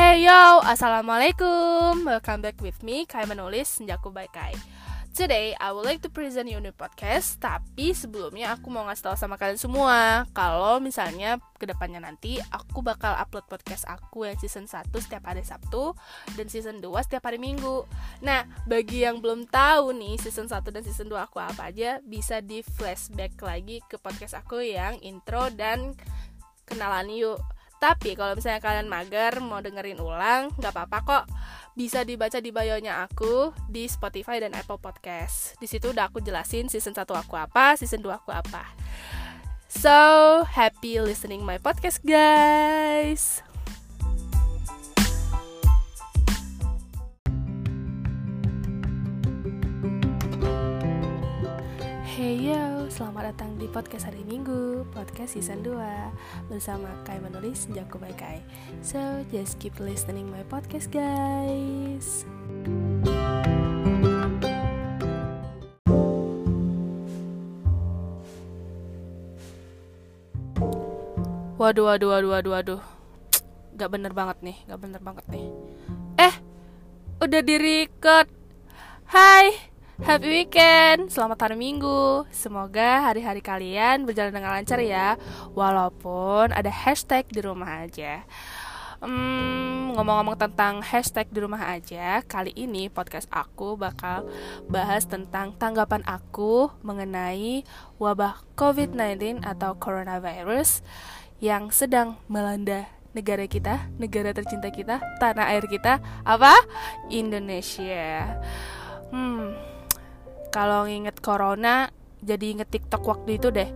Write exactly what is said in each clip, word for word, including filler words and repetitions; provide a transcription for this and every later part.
Hey yo, assalamualaikum. Welcome back with me, Kai menulis Senjaku by Kai. Today I would like to present you a new podcast. Tapi sebelumnya aku mau ngasih tahu sama kalian semua kalau misalnya kedepannya nanti aku bakal upload podcast aku yang season satu setiap hari Sabtu dan season dua setiap hari Minggu. Nah, bagi yang belum tahu nih season satu dan season dua aku apa aja, bisa di flashback lagi ke podcast aku yang intro dan kenalan yuk. Tapi kalau misalnya kalian mager mau dengerin ulang, gak apa-apa kok. Bisa dibaca di bio-nya aku di Spotify dan Apple Podcast. Di situ udah aku jelasin season satu aku apa, season dua aku apa. So, happy listening my podcast, guys. Hey yo, selamat datang di podcast hari Minggu, podcast season dua bersama Kai menulis Senjaku by Kai. So, just keep listening my podcast, guys. Waduh, waduh, waduh, waduh, waduh. Gak bener banget nih, gak bener banget nih. Eh, udah di-record. Hai. Happy weekend, selamat hari Minggu. Semoga hari-hari kalian berjalan dengan lancar ya, walaupun ada hashtag di rumah aja. hmm, Ngomong-ngomong tentang hashtag di rumah aja, kali ini podcast aku bakal bahas tentang tanggapan aku mengenai wabah covid sembilan belas atau coronavirus yang sedang melanda negara kita, negara tercinta kita, tanah air kita, apa? Indonesia. Hmm Kalau nginget corona, jadi inget TikTok waktu itu deh.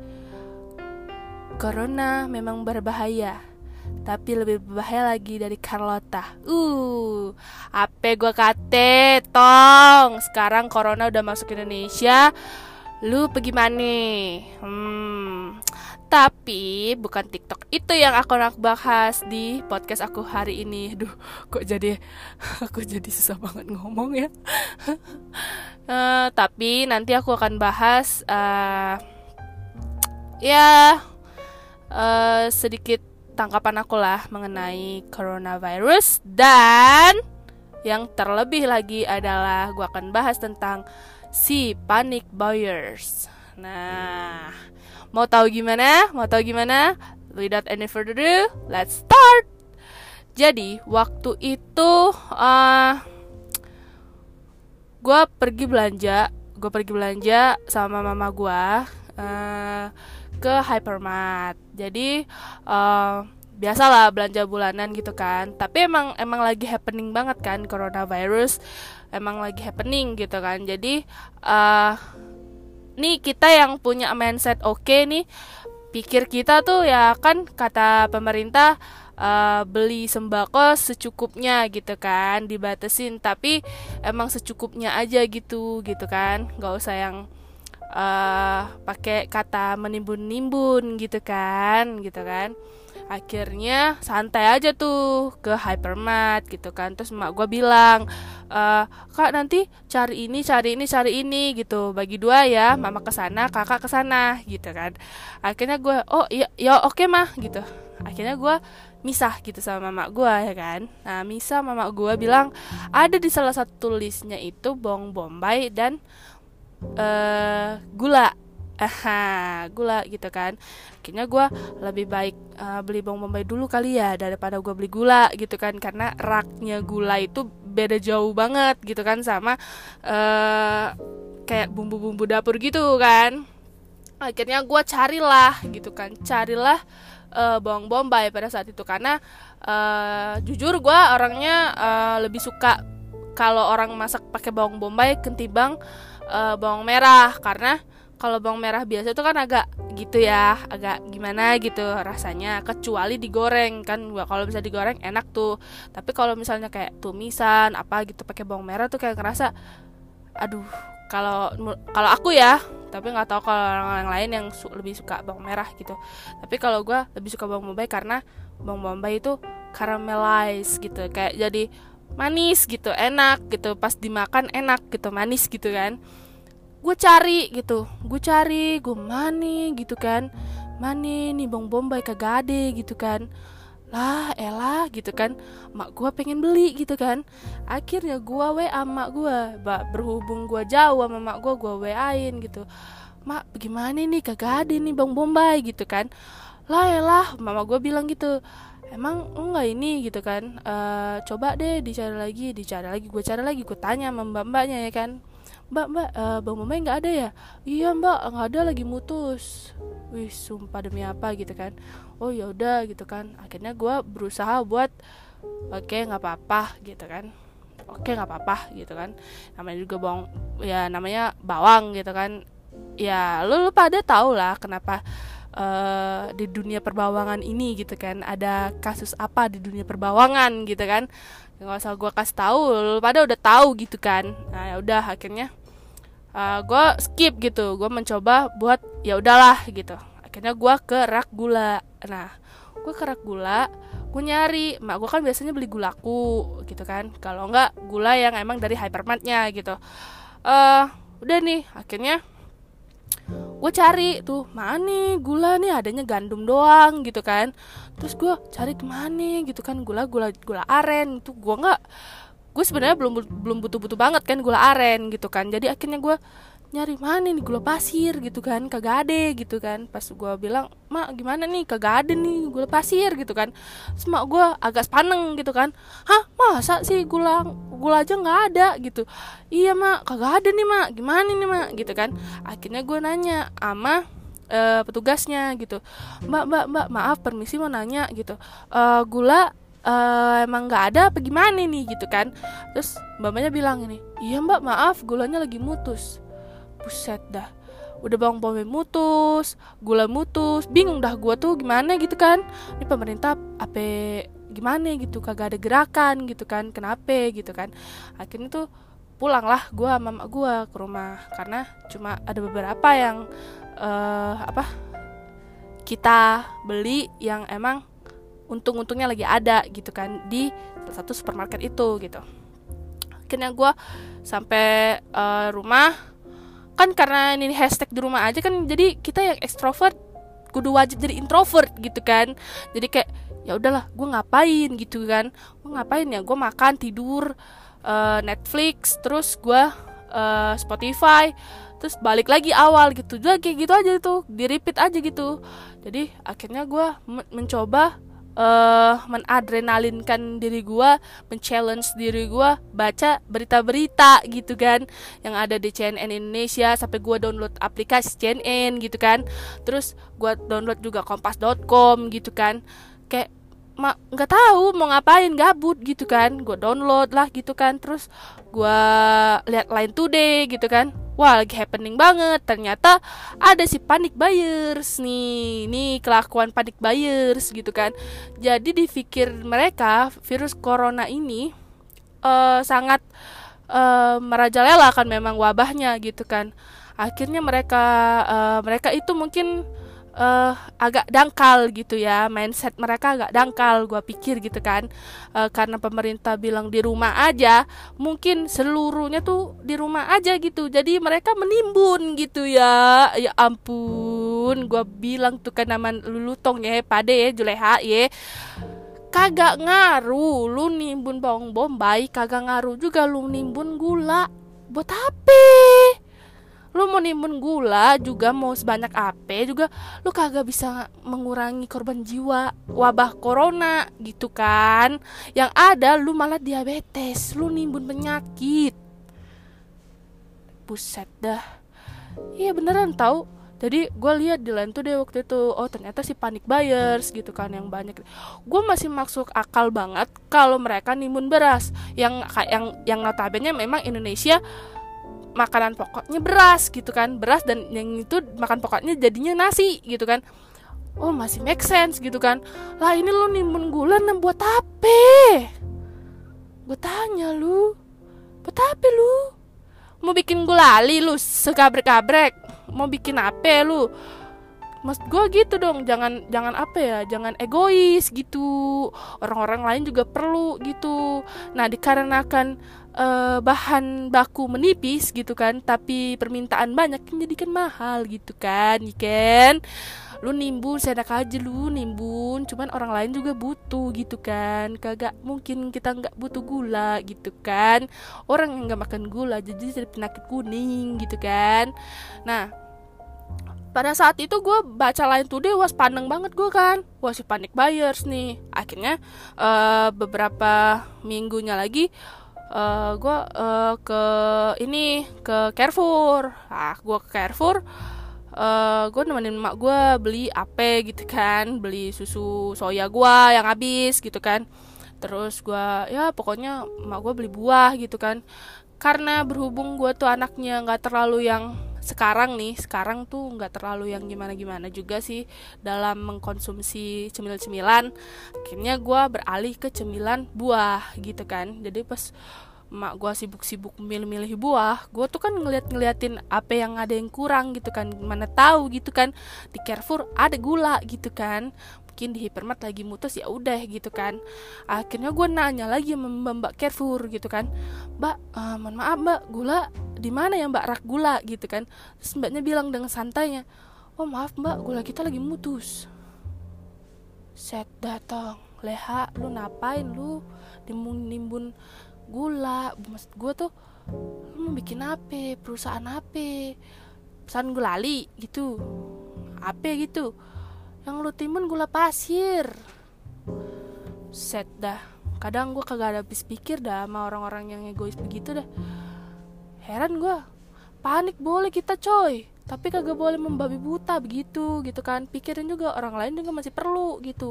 Corona memang berbahaya, tapi lebih berbahaya lagi dari Carlota. Uh, ape gua kate, tong. Sekarang corona udah masuk Indonesia. Lu pergi mana? Hmm. Tapi bukan TikTok itu yang aku nak bahas di podcast aku hari ini. Duh, kok jadi aku jadi susah banget ngomong ya. uh, Tapi nanti aku akan bahas uh, Ya uh, sedikit tangkapan aku lah mengenai coronavirus. Dan yang terlebih lagi adalah gue akan bahas tentang si panic buyers. Nah, mau tahu gimana? Mau tahu gimana? Without any further ado, let's start. Jadi waktu itu uh, gue pergi belanja, gue pergi belanja sama mama gue uh, ke hypermart. Jadi uh, biasalah belanja bulanan gitu kan. Tapi emang emang lagi happening banget kan coronavirus, emang lagi happening gitu kan. Jadi uh, nih kita yang punya mindset oke okay nih, pikir kita tuh ya kan kata pemerintah uh, beli sembako secukupnya gitu kan, dibatasin, tapi emang secukupnya aja gitu gitu kan, nggak usah yang uh, pakai kata menimbun-nimbun gitu kan gitu kan. Akhirnya santai aja tuh ke hypermart gitu kan. Terus emak gue bilang, e, kak nanti cari ini, cari ini, cari ini gitu. Bagi dua ya, mama kesana, kakak kesana gitu kan. Akhirnya gue, oh iya, ya oke mah gitu. Akhirnya gue misah gitu sama mama gue ya kan. Nah misah mama gue bilang, ada di salah satu listnya itu bawang bombay dan uh, gula. Aha, gula gitu kan. Akhirnya gue lebih baik uh, beli bawang bombay dulu kali ya daripada gue beli gula gitu kan. Karena raknya gula itu beda jauh banget gitu kan sama uh, kayak bumbu-bumbu dapur gitu kan. Akhirnya gue carilah gitu kan, carilah uh, bawang bombay pada saat itu. Karena uh, jujur gue orangnya uh, lebih suka kalau orang masak pakai bawang bombay ketimbang uh, bawang merah. Karena kalau bawang merah biasa itu kan agak gitu ya, agak gimana gitu rasanya, kecuali digoreng kan. Kalau bisa digoreng enak tuh. Tapi kalau misalnya kayak tumisan apa gitu pakai bawang merah tuh kayak ngerasa aduh, kalau kalau aku ya, tapi nggak tahu kalau orang lain yang su- lebih suka bawang merah gitu. Tapi kalau gue lebih suka bawang bombay karena bawang bombay itu caramelize gitu, kayak jadi manis gitu, enak gitu, pas dimakan enak gitu, manis gitu kan. Gue cari gitu, gue cari, gue mani gitu kan, mana nih bawang bombay kagak ada gitu kan. Lah elah gitu kan, mak gue pengen beli gitu kan. Akhirnya gue W A mak gue, berhubung gue jauh sama mak gue, gue W A-in gitu, mak gimana nih kagak ada nih Bang Bombay gitu kan. Lah elah mama gue bilang gitu, emang enggak ini gitu kan, e, coba deh dicari lagi, dicari lagi, gue cari lagi, gue tanya sama mbak-mbaknya ya kan, mbak mbak uh, Bang Bombay nggak ada ya? Iya mbak, nggak ada, lagi mutus. Wih sumpah demi apa gitu kan. Oh ya udah gitu kan. Akhirnya gue berusaha buat oke okay, nggak apa-apa gitu kan. Oke okay, nggak apa-apa gitu kan. Namanya juga bawang, ya namanya bawang gitu kan. Ya lu, lu pada tahu lah kenapa uh, di dunia perbawangan ini gitu kan, ada kasus apa di dunia perbawangan gitu kan. Nggak usah gue kasih tahu, lu pada udah tahu gitu kan. Nah ya udah akhirnya uh, gue skip gitu, gue mencoba buat ya udahlah gitu. Akhirnya gue ke rak gula. Nah gue ke rak gula, gue nyari, mak gue kan biasanya beli gulaku gitu kan, kalau enggak gula yang emang dari hypermartnya gitu. Uh, udah nih akhirnya gue cari tuh mana nih gula nih, adanya gandum doang gitu kan. Terus gue cari kemana gitu kan, gula gula gula aren tuh gue nggak, gue sebenarnya belum belum butuh-butuh banget kan gula aren gitu kan. Jadi akhirnya gue nyari mana nih gula pasir gitu kan, kagak ada gitu kan. Pas gue bilang mak gimana nih, kagak ada nih gula pasir gitu kan. Terus mak gue agak sepaneng gitu kan, hah masa sih gula gula aja nggak ada gitu. Iya mak kagak ada nih mak, gimana nih mak gitu kan. Akhirnya gue nanya sama uh, petugasnya gitu, mbak mbak mbak maaf permisi mau nanya gitu, uh, gula uh, emang nggak ada apa gimana nih gitu kan. Terus mbaknya bilang ini, iya mbak maaf gulanya lagi mutus. Buset dah, udah bawang bombay mutus, gula mutus, bingung dah gue tuh gimana gitu kan. Ini pemerintah apa gimana gitu, kagak ada gerakan gitu kan, kenapa gitu kan. Akhirnya tuh pulanglah gue sama mak gue ke rumah, karena cuma ada beberapa yang uh, apa kita beli yang emang untung-untungnya lagi ada gitu kan di salah satu supermarket itu gitu. Akhirnya gue sampai uh, rumah kan, karena ini hashtag di rumah aja kan, jadi kita yang ekstrovert kudu wajib jadi introvert gitu kan. Jadi kayak ya udahlah gue ngapain gitu kan, gue ngapain ya, gue makan tidur, uh, Netflix, terus gue uh, Spotify, terus balik lagi awal gitu, udah kayak gitu aja tuh, di repeat aja gitu. Jadi akhirnya gue men- mencoba Uh, menadrenalinkan diri gue, men-challenge diri gue baca berita-berita gitu kan, yang ada di C N N Indonesia, sampai gue download aplikasi C N N gitu kan. Terus gue download juga kompas dot com gitu kan. Kayak mak nggak tahu mau ngapain, gabut gitu kan, gue download lah gitu kan. Terus gue lihat Line Today gitu kan, wah lagi happening banget, ternyata ada si panic buyers nih, nih kelakuan panic buyers gitu kan. Jadi dipikir mereka virus corona ini uh, sangat uh, merajalela kan, memang wabahnya gitu kan. Akhirnya mereka uh, mereka itu mungkin Uh, agak dangkal gitu ya, mindset mereka agak dangkal gue pikir gitu kan. Uh, karena pemerintah bilang di rumah aja, mungkin seluruhnya tuh di rumah aja gitu, jadi mereka menimbun gitu ya. Ya ampun, gue bilang tuh kan nama lulutong ya pade ya Juleha ya, kagak ngaruh lu nimbun bawang bombay, kagak ngaruh juga lu nimbun gula. Buat apa? Lu mau nimbun gula juga, mau sebanyak apa juga, lu kagak bisa mengurangi korban jiwa wabah corona gitu kan. Yang ada lu malah diabetes, lu nimbun penyakit. Buset dah. Iya beneran tau. Jadi gue lihat di Line Today waktu itu, oh ternyata si panic buyers gitu kan yang banyak. Gue masih masuk akal banget kalau mereka nimbun beras, yang yang yang notabene memang Indonesia makanan pokoknya beras gitu kan, beras, dan yang itu makan pokoknya jadinya nasi gitu kan. Oh masih make sense gitu kan. Lah ini lu nimbun gula nah buat apa? Gue tanya lu, buat apa lu? Mau bikin gulali lu segabrek-gabrek? Mau bikin apa lu? Maksud gue gitu dong, jangan jangan apa ya, jangan egois gitu. Orang-orang lain juga perlu gitu. Nah, dikarenakan uh, bahan baku menipis gitu kan, tapi permintaan banyak kan jadi kan mahal gitu kan, kan? Lu nimbun sedak aja lu nimbun, cuman orang lain juga butuh gitu kan. Kagak mungkin kita nggak butuh gula gitu kan. Orang yang nggak makan gula jadi jadi penyakit kuning gitu kan. Nah, pada saat itu gue baca Line Today, was pandeng banget gue kan, wah si panic buyers nih. Akhirnya uh, beberapa minggunya lagi uh, gue uh, ke ini ke Carrefour. Ah, gue ke Carrefour, uh, gue nemenin emak gue beli apa gitu kan, beli susu soya gue yang habis gitu kan. Terus gue ya pokoknya emak gue beli buah gitu kan. Karena berhubung gue tuh anaknya nggak terlalu yang sekarang nih, sekarang tuh nggak terlalu yang gimana-gimana juga sih dalam mengkonsumsi cemil-cemilan. Akhirnya gue beralih ke cemilan buah gitu kan. Jadi pas emak gue sibuk-sibuk milih-milih buah, gue tuh kan ngeliat-ngeliatin apa yang ada yang kurang gitu kan. Mana tahu gitu kan di Carrefour ada gula gitu kan. Mungkin di Hypermart lagi mutus, ya udah gitu kan. Akhirnya gue nanya lagi sama mbak Carrefour gitu kan, mbak, uh, mohon maaf mbak, gula di mana ya mbak, rak gula gitu kan. Terus mbaknya bilang dengan santainya, oh maaf mbak, gula kita lagi mutus. Set datang, leha lu ngapain lu nimbun-nimbun gula? Maksud gue tuh, lu mau bikin apa, perusahaan apa, perusahaan gulali gitu, apa gitu. Yang lu timbun gula pasir. Set dah. Kadang gue kagak ada habis pikir dah sama orang-orang yang egois begitu dah. Heran gue. Panik boleh kita coy, tapi kagak boleh membabi buta begitu gitu kan. Pikirin juga orang lain juga masih perlu gitu.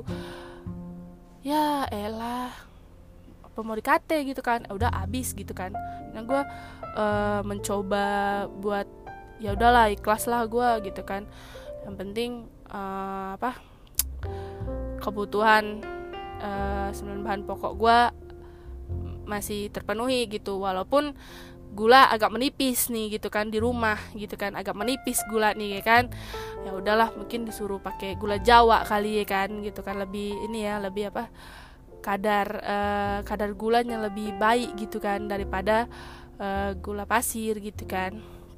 Ya elah, apa mau dikate gitu kan. Udah abis gitu kan. Nah gue uh, mencoba buat ya udahlah, ikhlas lah gue gitu kan. Yang penting uh, apa kebutuhan uh, sembilan bahan pokok gue masih terpenuhi gitu, walaupun gula agak menipis nih gitu kan di rumah gitu kan, agak menipis gula nih ya kan. Ya udahlah, mungkin disuruh pakai gula Jawa kali ya kan gitu kan, lebih ini ya, lebih apa kadar uh, kadar gulanya lebih baik gitu kan daripada uh, gula pasir gitu kan.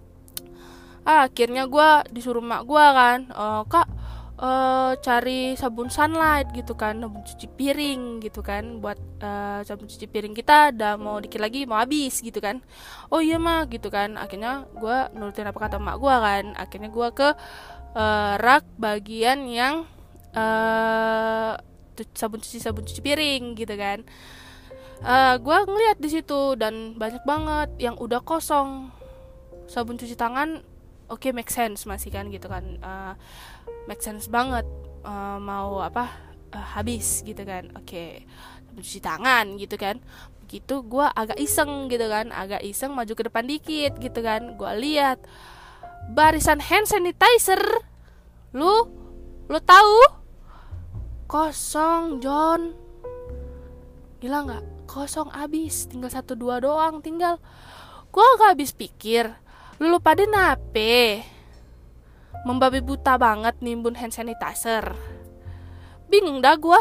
Ah, akhirnya gue disuruh mak gue kan, oh, kak uh, cari sabun Sunlight gitu kan, sabun cuci piring gitu kan, buat uh, sabun cuci piring kita udah mau dikit lagi mau habis gitu kan. Oh iya mak gitu kan. Akhirnya gue nurutin apa kata mak gue kan. Akhirnya gue ke uh, rak bagian yang uh, sabun cuci sabun cuci piring gitu kan. Uh, gue ngeliat di situ dan banyak banget yang udah kosong. Sabun cuci tangan oke, okay, make sense masih kan gitu kan, uh, make sense banget, uh, mau apa uh, habis gitu kan. Oke, okay. Cuci tangan gitu kan. Begitu gue agak iseng gitu kan, agak iseng maju ke depan dikit gitu kan. Gue lihat barisan hand sanitizer, lu lu tahu kosong John, gila nggak? Kosong abis, tinggal satu dua doang tinggal. Gue gak habis pikir, lu pada nape membabi buta banget nimbun hand sanitizer. Bingung dah gua.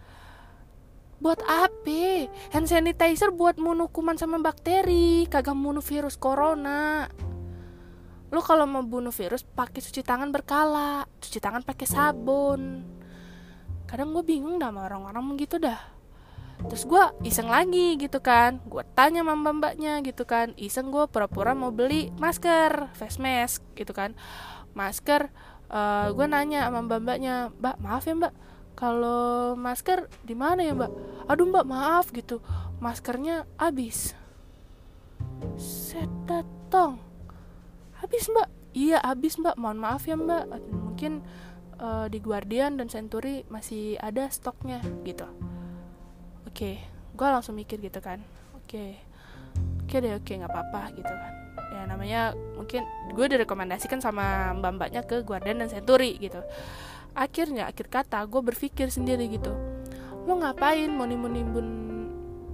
Buat apa? Hand sanitizer buat bunuh kuman sama bakteri, kagak bunuh virus corona. Lu kalau mau bunuh virus pakai cuci tangan berkala, cuci tangan pakai sabun. Kadang gue bingung dah sama orang-orang begitu dah. Terus gue iseng lagi gitu kan, gue tanya sama mbak-mbaknya gitu kan. Iseng gue pura-pura mau beli masker, face mask gitu kan. Masker, uh, gue nanya sama mbak-mbaknya, mbak maaf ya mbak, kalau masker di mana ya mbak? Aduh mbak maaf gitu, maskernya habis. Sedatong, habis mbak? Iya habis mbak, mohon maaf ya mbak, mungkin uh, di Guardian dan Century masih ada stoknya gitu. Oke, okay, gue langsung mikir gitu kan. Oke, okay. oke okay deh, oke okay, nggak apa-apa gitu kan. Ya namanya mungkin gue direkomendasikan sama mbak-mbaknya ke Guardian dan Century gitu. Akhirnya akhir kata gue berpikir sendiri gitu. Lo ngapain mau nimbun-nimbun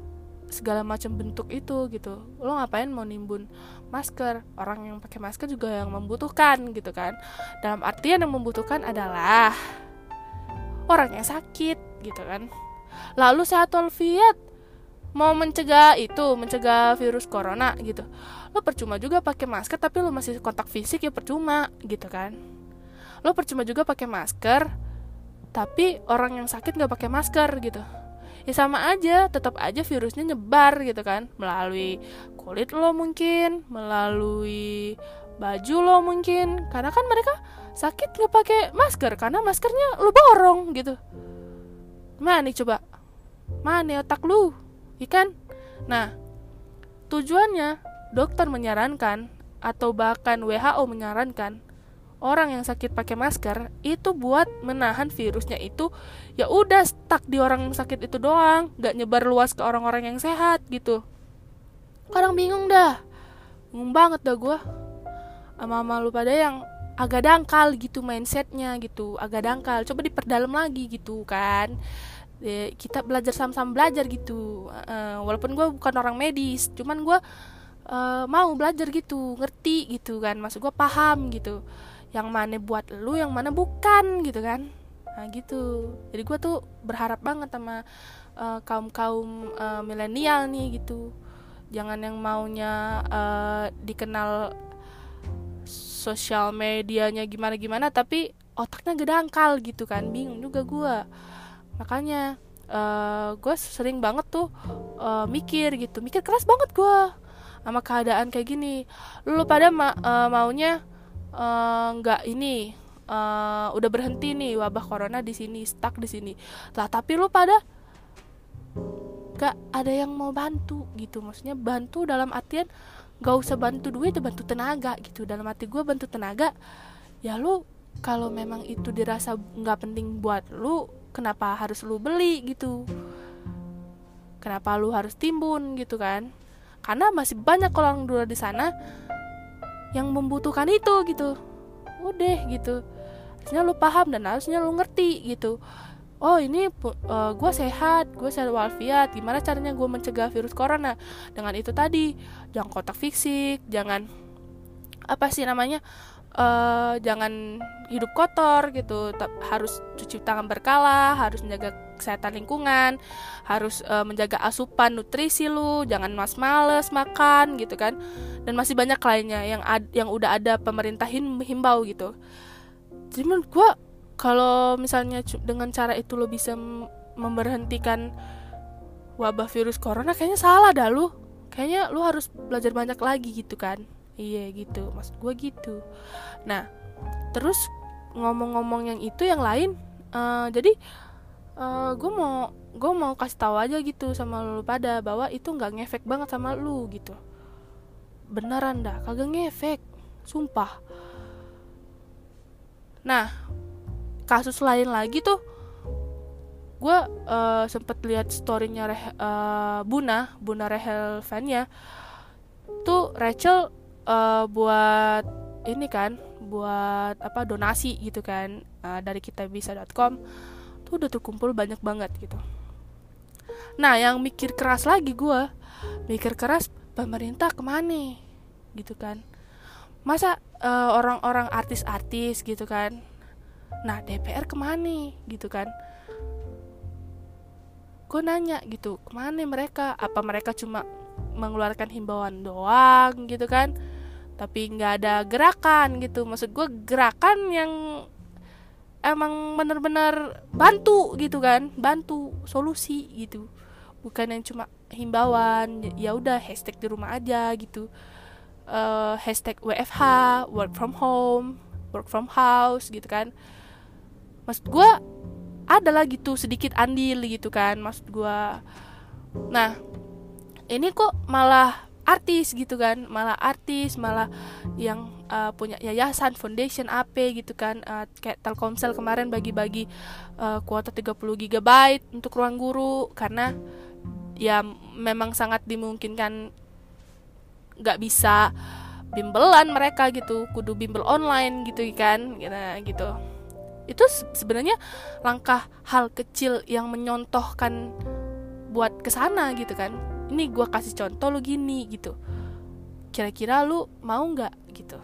segala macam bentuk itu gitu. Lo ngapain mau nimbun masker? Orang yang pakai masker juga yang membutuhkan gitu kan. Dalam artian yang membutuhkan adalah orang yang sakit gitu kan. Lalu sehat walafiat mau mencegah itu, mencegah virus corona gitu. Lo percuma juga pakai masker tapi lo masih kontak fisik, ya percuma gitu kan. Lo percuma juga pakai masker tapi orang yang sakit nggak pakai masker gitu. Ya sama aja, tetap aja virusnya nyebar gitu kan, melalui kulit lo mungkin, melalui baju lo mungkin, karena kan mereka sakit nggak pakai masker karena maskernya lo borong gitu. Mana nih coba, mana otak lu, ikan? Nah, tujuannya dokter menyarankan atau bahkan W H O menyarankan orang yang sakit pakai masker itu buat menahan virusnya itu ya udah stuck di orang yang sakit itu doang, nggak nyebar luas ke orang-orang yang sehat gitu. Kadang bingung dah, bingung banget dah gue sama lu pada yang agak dangkal gitu mindsetnya gitu, agak dangkal. Coba diperdalam lagi gitu kan. E, kita belajar sama-sama belajar gitu. E, walaupun gue bukan orang medis, cuman gue e, mau belajar gitu, ngerti gitu kan, maksud gue paham gitu. Yang mana buat lu, yang mana bukan gitu kan. Nah gitu. Jadi gue tuh berharap banget sama uh, kaum-kaum uh, milenial nih gitu. Jangan yang maunya uh, dikenal sosial medianya gimana-gimana tapi otaknya gedangkal gitu kan. Bingung juga gue. Makanya uh, gue sering banget tuh uh, mikir gitu. Mikir keras banget gue sama keadaan kayak gini. Lu pada ma- uh, maunya nggak uh, ini uh, udah berhenti nih wabah corona di sini, stuck di sini lah, tapi lu pada nggak ada yang mau bantu gitu. Maksudnya bantu dalam artian nggak usah bantu duit, bantu tenaga gitu. Dalam arti gue bantu tenaga ya, lu kalau memang itu dirasa nggak penting buat lu, kenapa harus lu beli gitu, kenapa lu harus timbun gitu kan. Karena masih banyak orang luar di sana yang membutuhkan itu gitu. Udah gitu, harusnya lu paham dan harusnya lu ngerti gitu. Oh ini uh, gue sehat, gue sehat walafiat, gimana caranya gue mencegah virus corona? Dengan itu tadi, jangan kontak fisik, jangan apa sih namanya, uh, jangan hidup kotor gitu. Harus cuci tangan berkala, harus menjaga kesehatan lingkungan, harus uh, menjaga asupan nutrisi lu, jangan mas-males makan gitu kan. Dan masih banyak lainnya yang ad, yang udah ada pemerintah himbau gitu. Jadi menurut gue kalau misalnya dengan cara itu lo bisa memberhentikan wabah virus corona, kayaknya salah dah lu. Kayaknya lu harus belajar banyak lagi gitu kan. Iya gitu, maksud gue gitu. Nah, terus ngomong-ngomong yang itu yang lain, uh, jadi uh, gue mau gue mau kasih tahu aja gitu sama lu pada bahwa itu nggak ngefek banget sama lu gitu. Beneran dah, kagak ngefek, sumpah. Nah, kasus lain lagi tuh, gue uh, sempet lihat storynya Re- uh, Buna, Buna Rachel Fanya. Tuh Rachel uh, buat ini kan, buat apa donasi gitu kan, uh, dari kitabisa dot com. Tuh udah terkumpul banyak banget gitu. Nah, yang mikir keras lagi gue, mikir keras pemerintah kemana gitu kan. Masa uh, orang-orang artis-artis gitu kan. Nah, D P R kemana gitu kan. Gue nanya gitu, kemana mereka? Apa mereka cuma mengeluarkan himbauan doang gitu kan, tapi gak ada gerakan gitu. Maksud gue gerakan yang emang bener-bener bantu gitu kan, bantu solusi gitu, bukan yang cuma himbauan. Ya udah, hashtag di rumah aja gitu, uh, hashtag W F H, work from home, work from house gitu kan. Maksud gue ada lah gitu sedikit andil gitu kan, maksud gue. Nah, ini kok malah artis gitu kan, malah artis, malah yang uh, punya yayasan, foundation A P gitu kan, uh, kayak Telkomsel kemarin bagi-bagi uh, kuota tiga puluh giga byte untuk ruang guru, karena ya memang sangat dimungkinkan gak bisa bimbelan mereka gitu, kudu bimbel online gitu kan, nah, gitu. Itu sebenarnya langkah hal kecil yang menyontohkan buat kesana gitu kan. ini gue kasih contoh lu gini gitu, kira-kira lu mau nggak gitu.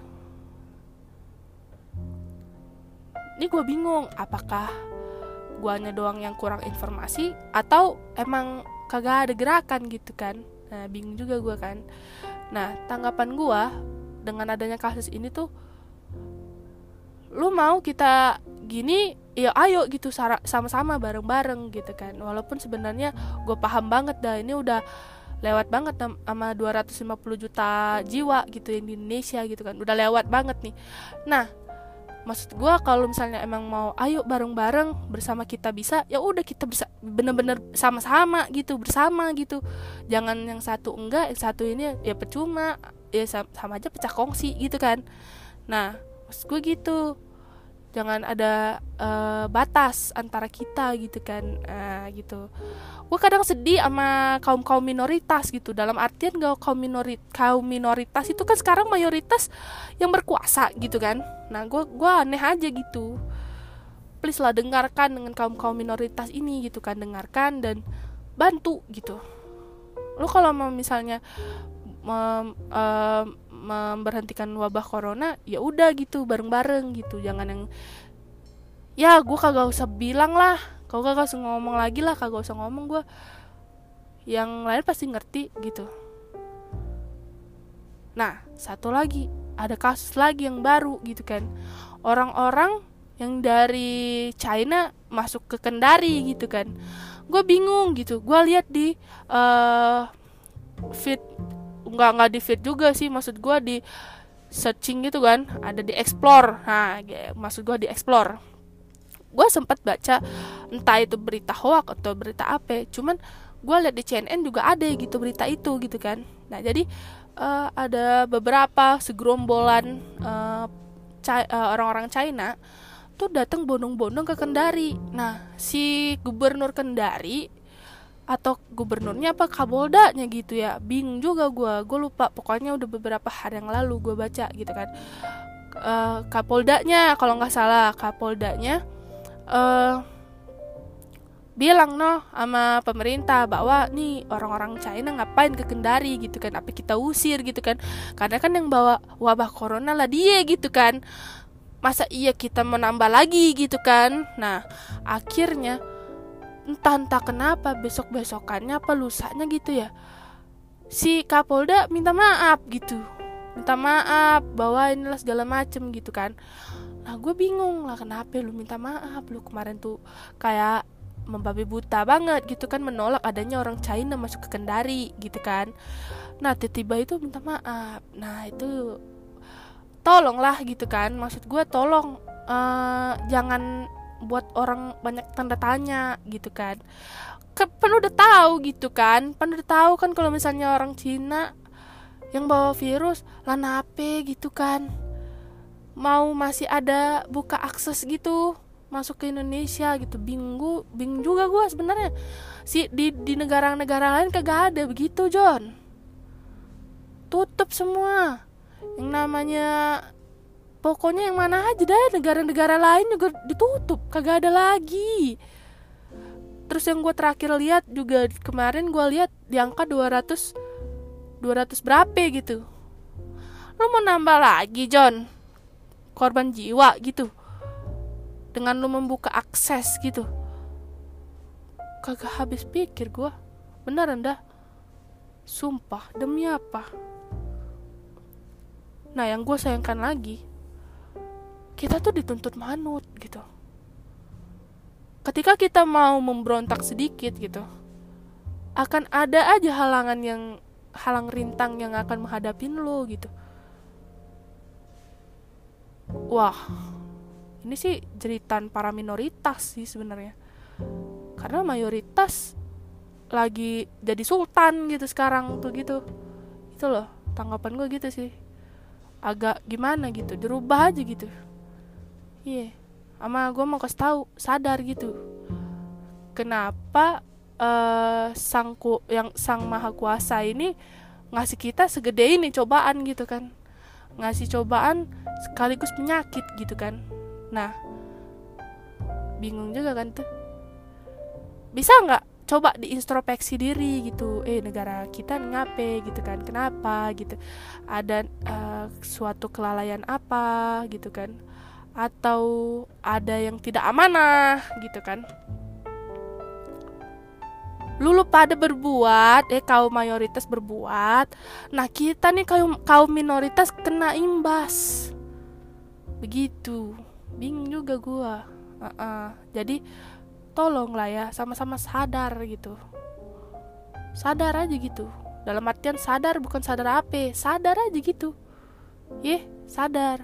Ini gue bingung, apakah guanya doang yang kurang informasi atau emang kagak ada gerakan gitu kan. Nah bingung juga gue kan. Nah tanggapan gue dengan adanya kasus ini tuh, lu mau kita gini ya ayo gitu, sama-sama bareng-bareng gitu kan. Walaupun sebenarnya gue paham banget dah, ini udah lewat banget sama dua ratus lima puluh juta jiwa gitu yang di Indonesia gitu kan, udah lewat banget nih. Nah maksud gue kalau misalnya emang mau ayo bareng-bareng bersama kita bisa, ya udah kita bisa bener-bener sama-sama gitu, bersama gitu. Jangan yang satu enggak, yang satu ini ya percuma, ya sama aja pecah kongsi gitu kan. Nah maksud gue gitu, jangan ada uh, batas antara kita gitu kan. uh, gitu. Gue kadang sedih sama kaum kaum minoritas gitu, dalam artian gak kaum minorit kaum minoritas itu kan sekarang mayoritas yang berkuasa gitu kan. Nah gue gue aneh aja gitu. Please lah dengarkan dengan kaum kaum minoritas ini gitu kan, dengarkan dan bantu gitu. Lo kalau mau misalnya mem, uh, memberhentikan wabah corona, ya udah gitu bareng-bareng gitu, jangan yang ya gue kagak usah bilang lah, kau kagak usah ngomong lagi lah, kagak usah ngomong, gue yang lain pasti ngerti gitu. Nah satu lagi, ada kasus lagi yang baru gitu kan, orang-orang yang dari China masuk ke Kendari gitu kan. Gue bingung gitu, gue lihat di uh, feed, nggak nggak di feed juga sih, maksud gue di searching gitu kan, ada di explore. Nah maksud gue di explore, gue sempat baca entah itu berita hoax atau berita apa, cuman gue lihat di C N N juga ada gitu berita itu gitu kan. Nah jadi uh, ada beberapa segerombolan uh, Ca- uh, orang-orang China tuh datang bondong-bondong ke Kendari. Nah si gubernur Kendari atau gubernurnya apa kapoldanya gitu ya, bingung juga gue gue lupa, pokoknya udah beberapa hari yang lalu gue baca gitu kan. uh, kapoldanya kalau nggak salah kapoldanya Uh, bilang noh sama pemerintah bahwa nih orang-orang China ngapain ke Kendari gitu kan, apa kita usir gitu kan, karena kan yang bawa wabah corona lah dia gitu kan, masa iya kita menambah lagi gitu kan. Nah akhirnya entah-entah kenapa besok-besokannya apa lusanya gitu ya, si Kapolda minta maaf gitu, minta maaf bahwa inilah segala macem gitu kan. Nah gue bingung lah, kenapa lu minta maaf, lu kemarin tuh kayak membabi buta banget gitu kan, menolak adanya orang China masuk ke Kendari gitu kan. Nah tiba-tiba itu minta maaf. Nah itu tolonglah gitu kan, maksud gue tolong uh, jangan buat orang banyak tanda tanya gitu kan. Kan udah tahu gitu kan, kan udah tahu kan kalau misalnya orang Cina yang bawa virus lah nape gitu kan, mau masih ada buka akses gitu masuk ke Indonesia gitu. Bingung bingung juga gue sebenarnya si di di negara-negara lain kagak ada begitu John, tutup semua yang namanya, pokoknya yang mana aja dah, negara-negara lain juga ditutup, kagak ada lagi. Terus yang gue terakhir lihat juga kemarin gue lihat di angka dua ratus berapa gitu. Lu mau nambah lagi John korban jiwa gitu dengan lu membuka akses gitu, kagak habis pikir gue beneran dah, sumpah demi apa. Nah yang gue sayangkan lagi, kita tuh dituntut manut gitu. Ketika kita mau memberontak sedikit gitu, akan ada aja halangan yang halang rintang yang akan menghadapin lo gitu. Wah, ini sih jeritan para minoritas sih sebenarnya, karena mayoritas lagi jadi sultan gitu sekarang tuh gitu. Itu loh tanggapan gue gitu sih, agak gimana gitu, dirubah aja gitu. Iya, yeah. Sama gue mau kasih tahu, sadar gitu, kenapa uh, sangku yang sang maha kuasa ini ngasih kita segede ini cobaan gitu kan, ngasih cobaan sekaligus penyakit gitu kan. Nah bingung juga kan tuh, bisa nggak coba diintrospeksi diri gitu, eh negara kita ngape gitu kan, kenapa gitu, ada uh, suatu kelalaian apa gitu kan, atau ada yang tidak amanah gitu kan. Lulu pada berbuat, eh kaum mayoritas berbuat, nah kita nih kaum kaum minoritas kena imbas. Begitu, bingung juga gua. Uh-uh. Jadi tolonglah ya, sama-sama sadar gitu. Sadar aja gitu. Dalam artian sadar bukan sadar apa, sadar aja gitu. Yeh, sadar.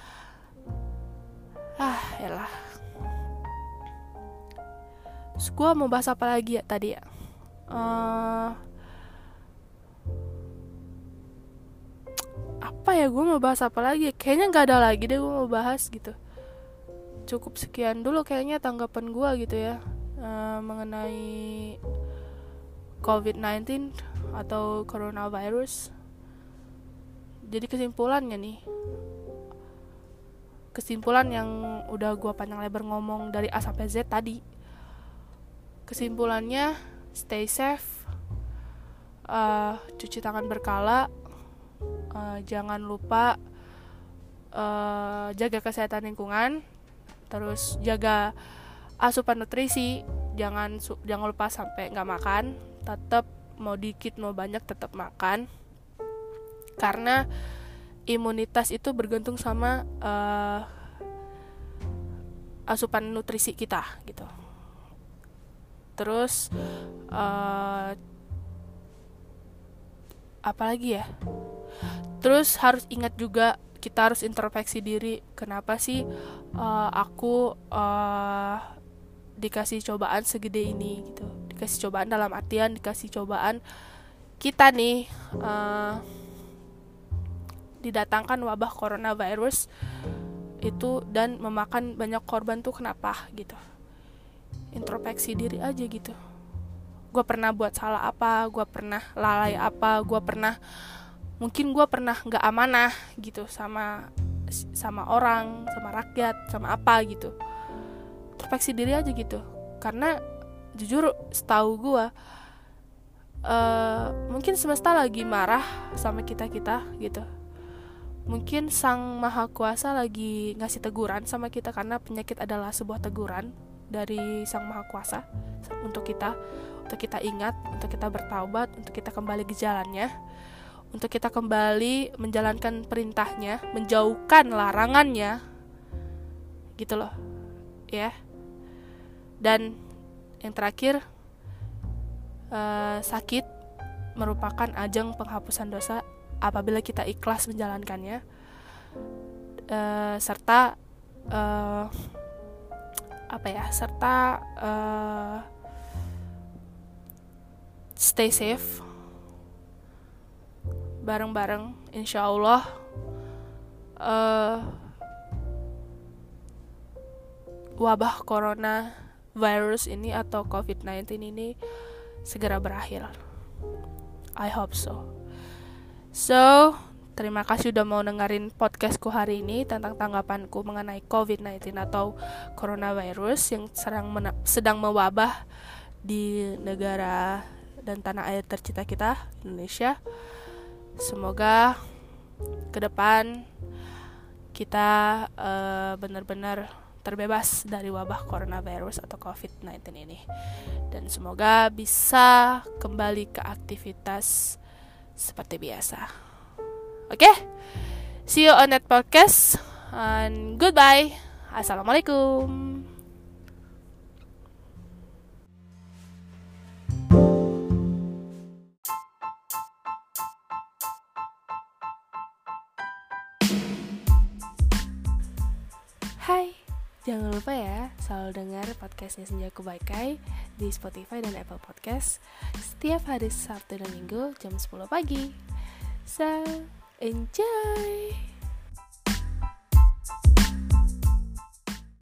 Ah, yalah. Terus gue mau bahas apa lagi ya tadi ya? Uh, apa ya gue mau bahas apa lagi? Kayaknya nggak ada lagi deh gue mau bahas gitu. Cukup sekian dulu kayaknya tanggapan gue gitu ya, uh, mengenai covid sembilan belas atau coronavirus. Jadi kesimpulannya nih, kesimpulan yang udah gue panjang lebar ngomong dari A sampai Z tadi, kesimpulannya stay safe, uh, cuci tangan berkala, uh, jangan lupa uh, jaga kesehatan lingkungan, terus jaga asupan nutrisi, jangan su- jangan lupa sampai nggak makan, tetap mau dikit mau banyak tetap makan, karena imunitas itu bergantung sama uh, asupan nutrisi kita gitu. Terus uh, apa lagi ya? Terus harus ingat juga, kita harus introspeksi diri, kenapa sih uh, aku uh, dikasih cobaan segede ini gitu. Dikasih cobaan dalam artian dikasih cobaan kita nih uh, didatangkan wabah coronavirus itu dan memakan banyak korban tuh kenapa gitu. Introspeksi diri aja gitu. Gue pernah buat salah apa, gue pernah lalai apa, gue pernah mungkin gue pernah nggak amanah gitu sama sama orang, sama rakyat, sama apa gitu. Introspeksi diri aja gitu. Karena jujur setahu gue uh, mungkin semesta lagi marah sama kita kita gitu. Mungkin Sang Maha Kuasa lagi ngasih teguran sama kita, karena penyakit adalah sebuah teguran dari Sang Maha Kuasa untuk kita, untuk kita ingat, untuk kita bertaubat, untuk kita kembali ke jalannya, untuk kita kembali menjalankan perintahnya, menjauhkan larangannya, gitu loh, ya. Dan yang terakhir, uh, sakit merupakan ajang penghapusan dosa apabila kita ikhlas menjalankannya, uh, serta uh, apa ya, serta uh, stay safe bareng-bareng, insya Allah uh, wabah corona virus ini atau covid sembilan belas ini segera berakhir. I hope so. So, terima kasih udah mau dengerin podcastku hari ini tentang tanggapanku mengenai covid sembilan belas atau coronavirus yang sedang, mena- sedang mewabah di negara dan tanah air tercinta kita, Indonesia. Semoga ke depan kita uh, benar-benar terbebas dari wabah coronavirus atau covid sembilan belas ini. Dan semoga bisa kembali ke aktivitas seperti biasa. Oke, okay? See you on that podcast and goodbye. Assalamualaikum. Hai, jangan lupa ya selalu dengar podcastnya Senjaku Baikai di Spotify dan Apple Podcast setiap hari Sabtu dan Minggu jam sepuluh pagi. So, enjoy!